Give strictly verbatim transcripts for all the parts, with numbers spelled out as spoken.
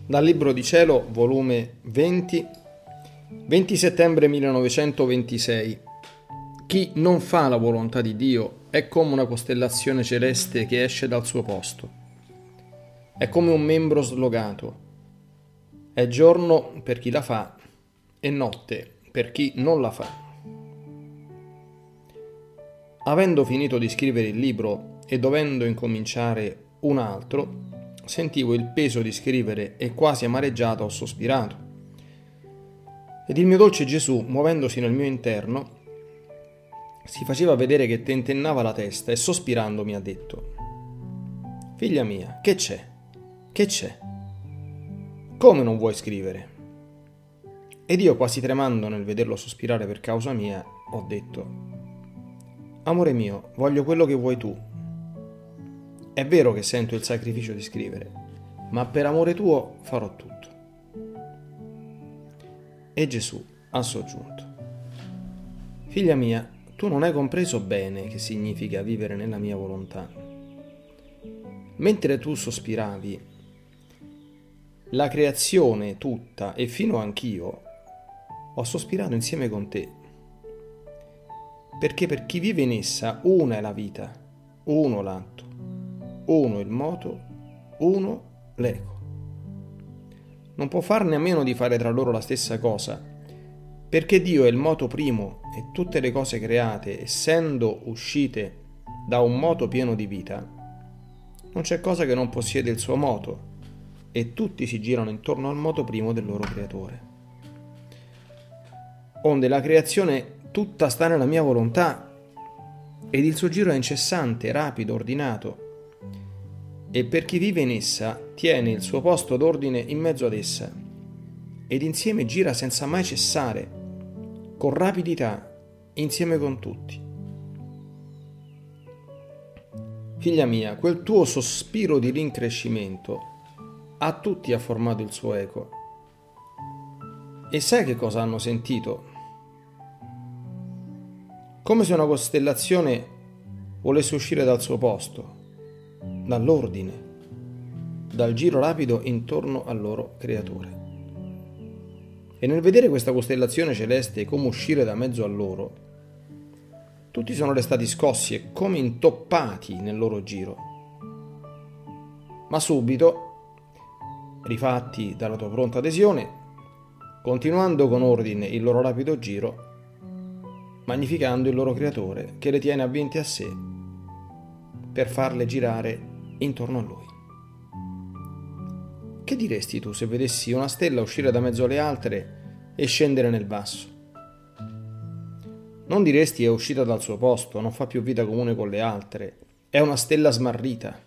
Dal Libro di Cielo, volume venti, venti settembre millenovecentoventisei. Chi non fa la volontà di Dio è come una costellazione celeste che esce dal suo posto. È come un membro slogato. È giorno per chi la fa e notte per chi non la fa. Avendo finito di scrivere il libro e dovendo incominciare un altro, sentivo il peso di scrivere e quasi amareggiato ho sospirato. Ed il mio dolce Gesù, muovendosi nel mio interno, si faceva vedere che tentennava la testa e sospirando mi ha detto: «Figlia mia, che c'è? Che c'è? Come non vuoi scrivere?» Ed io, quasi tremando nel vederlo sospirare per causa mia, ho detto: «Amore mio, voglio quello che vuoi tu. È vero che sento il sacrificio di scrivere, ma per amore tuo farò tutto». E Gesù ha soggiunto: «Figlia mia, tu non hai compreso bene che significa vivere nella mia volontà. Mentre tu sospiravi, la creazione tutta e fino anch'io ho sospirato insieme con te, perché per chi vive in essa una è la vita, uno l'atto, uno il moto, uno l'eco. Non può farne a meno di fare tra loro la stessa cosa, perché Dio è il moto primo e tutte le cose create, essendo uscite da un moto pieno di vita, non c'è cosa che non possiede il suo moto, e tutti si girano intorno al moto primo del loro creatore. Onde la creazione tutta sta nella mia volontà, ed il suo giro è incessante, rapido, ordinato, e per chi vive in essa tiene il suo posto d'ordine in mezzo ad essa, ed insieme gira senza mai cessare, con rapidità, insieme con tutti. Figlia mia, quel tuo sospiro di rincrescimento a tutti ha formato il suo eco. E sai che cosa hanno sentito? Come se una costellazione volesse uscire dal suo posto, dall'ordine, dal giro rapido intorno al loro creatore. E nel vedere questa costellazione celeste come uscire da mezzo a loro, tutti sono restati scossi e come intoppati nel loro giro. Ma subito, rifatti dalla tua pronta adesione, continuando con ordine il loro rapido giro, magnificando il loro creatore che le tiene avvinte a sé per farle girare intorno a lui. Che diresti tu se vedessi una stella uscire da mezzo alle altre e scendere nel basso? Non diresti è uscita dal suo posto, non fa più vita comune con le altre, è una stella smarrita.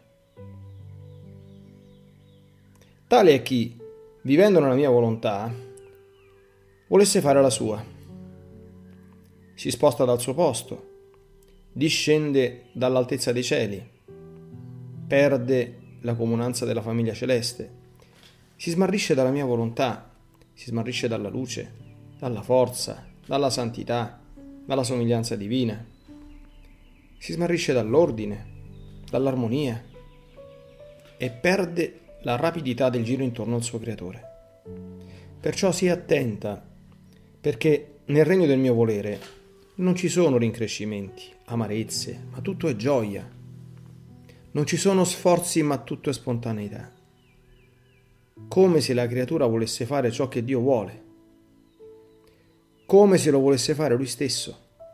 Tale è chi, vivendo nella mia volontà, volesse fare la sua. Si sposta dal suo posto, discende dall'altezza dei cieli, perde la comunanza della famiglia celeste, si smarrisce dalla mia volontà, si smarrisce dalla luce, dalla forza, dalla santità, dalla somiglianza divina, si smarrisce dall'ordine, dall'armonia e perde la rapidità del giro intorno al suo creatore. Perciò sii attenta, perché nel regno del mio volere non ci sono rincrescimenti, amarezze, ma tutto è gioia. Non ci sono sforzi, ma tutto è spontaneità. Come se la creatura volesse fare ciò che Dio vuole. Come se lo volesse fare Lui stesso.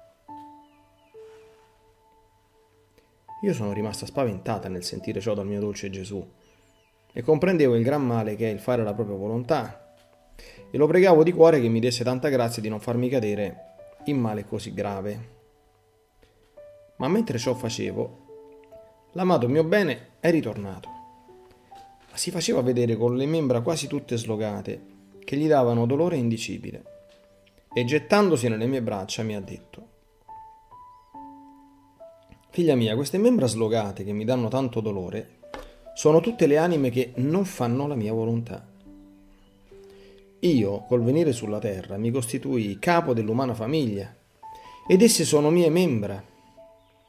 Io sono rimasta spaventata nel sentire ciò dal mio dolce Gesù e comprendevo il gran male che è il fare la propria volontà e lo pregavo di cuore che mi desse tanta grazia di non farmi cadere in male così grave. Ma mentre ciò facevo, l'amato mio bene è ritornato. Ma si faceva vedere con le membra quasi tutte slogate, che gli davano dolore indicibile, e gettandosi nelle mie braccia mi ha detto: «Figlia mia, queste membra slogate che mi danno tanto dolore sono tutte le anime che non fanno la mia volontà. Io, col venire sulla terra, mi costituii capo dell'umana famiglia, ed esse sono mie membra.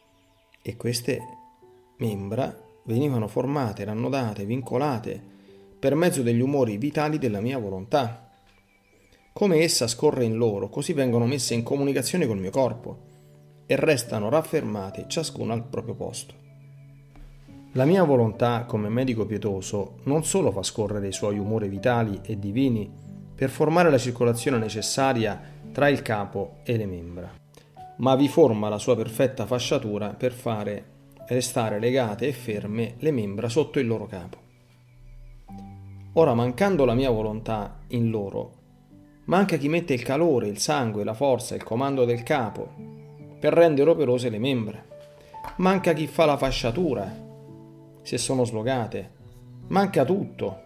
E queste membra venivano formate, rannodate, vincolate, per mezzo degli umori vitali della mia volontà. Come essa scorre in loro, così vengono messe in comunicazione col mio corpo e restano raffermate ciascuna al proprio posto. La mia volontà, come medico pietoso, non solo fa scorrere i suoi umori vitali e divini per formare la circolazione necessaria tra il capo e le membra, ma vi forma la sua perfetta fasciatura per fare restare legate e ferme le membra sotto il loro capo. Ora, mancando la mia volontà in loro, manca chi mette il calore, il sangue, la forza, il comando del capo per rendere operose le membra. Manca chi fa la fasciatura, se sono slogate. Manca tutto.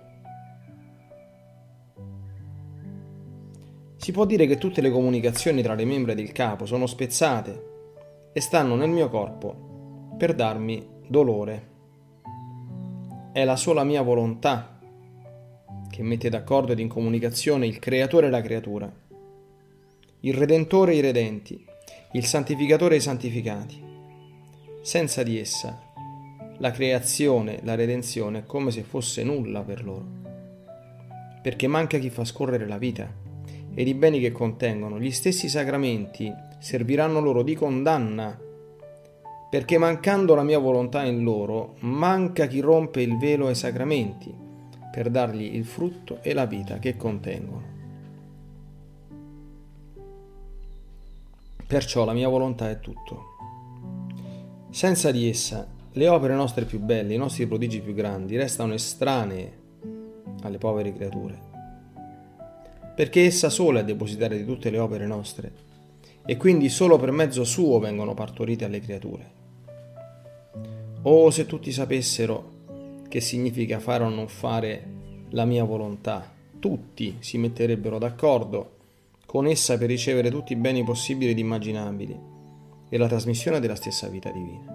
Si può dire che tutte le comunicazioni tra le membra ed il capo sono spezzate e stanno nel mio corpo per darmi dolore. È la sola mia volontà che mette d'accordo ed in comunicazione il creatore e la creatura, il redentore e i redenti, il santificatore e i santificati. Senza di essa, la creazione, la redenzione è come se fosse nulla per loro, perché manca chi fa scorrere la vita ed i beni che contengono. Gli stessi sacramenti serviranno loro di condanna, perché mancando la mia volontà in loro, manca chi rompe il velo ai sacramenti per dargli il frutto e la vita che contengono. Perciò la mia volontà è tutto. Senza di essa, le opere nostre più belle, i nostri prodigi più grandi, restano estranee alle povere creature, perché essa sola è depositaria di tutte le opere nostre, e quindi solo per mezzo suo vengono partorite alle creature. Oh, se tutti sapessero che significa fare o non fare la mia volontà, tutti si metterebbero d'accordo con essa per ricevere tutti i beni possibili ed immaginabili e la trasmissione della stessa vita divina.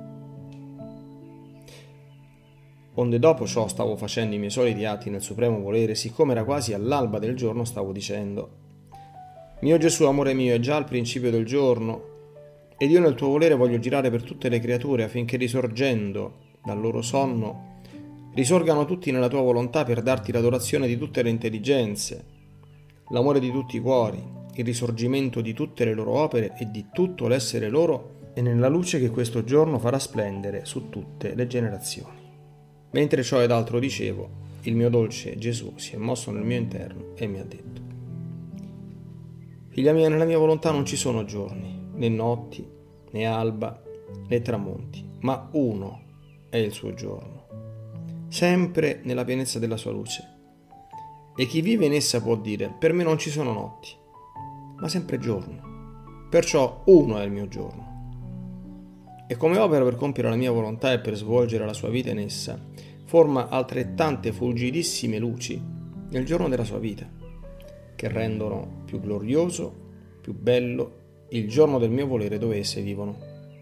Onde dopo ciò stavo facendo i miei soliti atti nel supremo volere, siccome era quasi all'alba del giorno, stavo dicendo: mio Gesù, amore mio, è già al principio del giorno, ed io nel tuo volere voglio girare per tutte le creature affinché risorgendo dal loro sonno risorgano tutti nella tua volontà per darti l'adorazione di tutte le intelligenze, l'amore di tutti i cuori, il risorgimento di tutte le loro opere e di tutto l'essere loro, e nella luce che questo giorno farà splendere su tutte le generazioni. Mentre ciò ed altro dicevo, il mio dolce Gesù si è mosso nel mio interno e mi ha detto: figlia mia, nella mia volontà non ci sono giorni, né notti, né alba, né tramonti, ma uno è il suo giorno, sempre nella pienezza della sua luce. E chi vive in essa può dire: per me non ci sono notti, ma sempre giorno. Perciò uno è il mio giorno. E come opera per compiere la mia volontà e per svolgere la sua vita in essa, forma altrettante fulgidissime luci nel giorno della sua vita, che rendono più glorioso, più bello il giorno del mio volere dove esse vivono.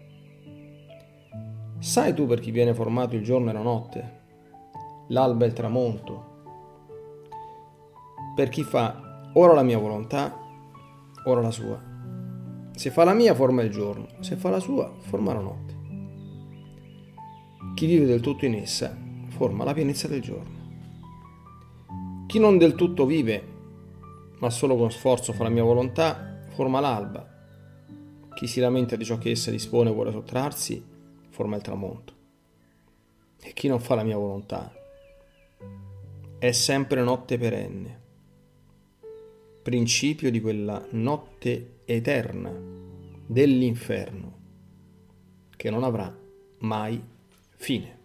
Sai tu per chi viene formato il giorno e la notte, l'alba e il tramonto? Per chi fa ora la mia volontà, ora la sua. Se fa la mia, forma il giorno; se fa la sua, forma la notte. Chi vive del tutto in essa, forma la pienezza del giorno. Chi non del tutto vive, ma solo con sforzo fa la mia volontà, forma l'alba. Chi si lamenta di ciò che essa dispone e vuole sottrarsi, forma il tramonto. E chi non fa la mia volontà è sempre notte perenne, principio di quella notte eterna dell'inferno che non avrà mai fine.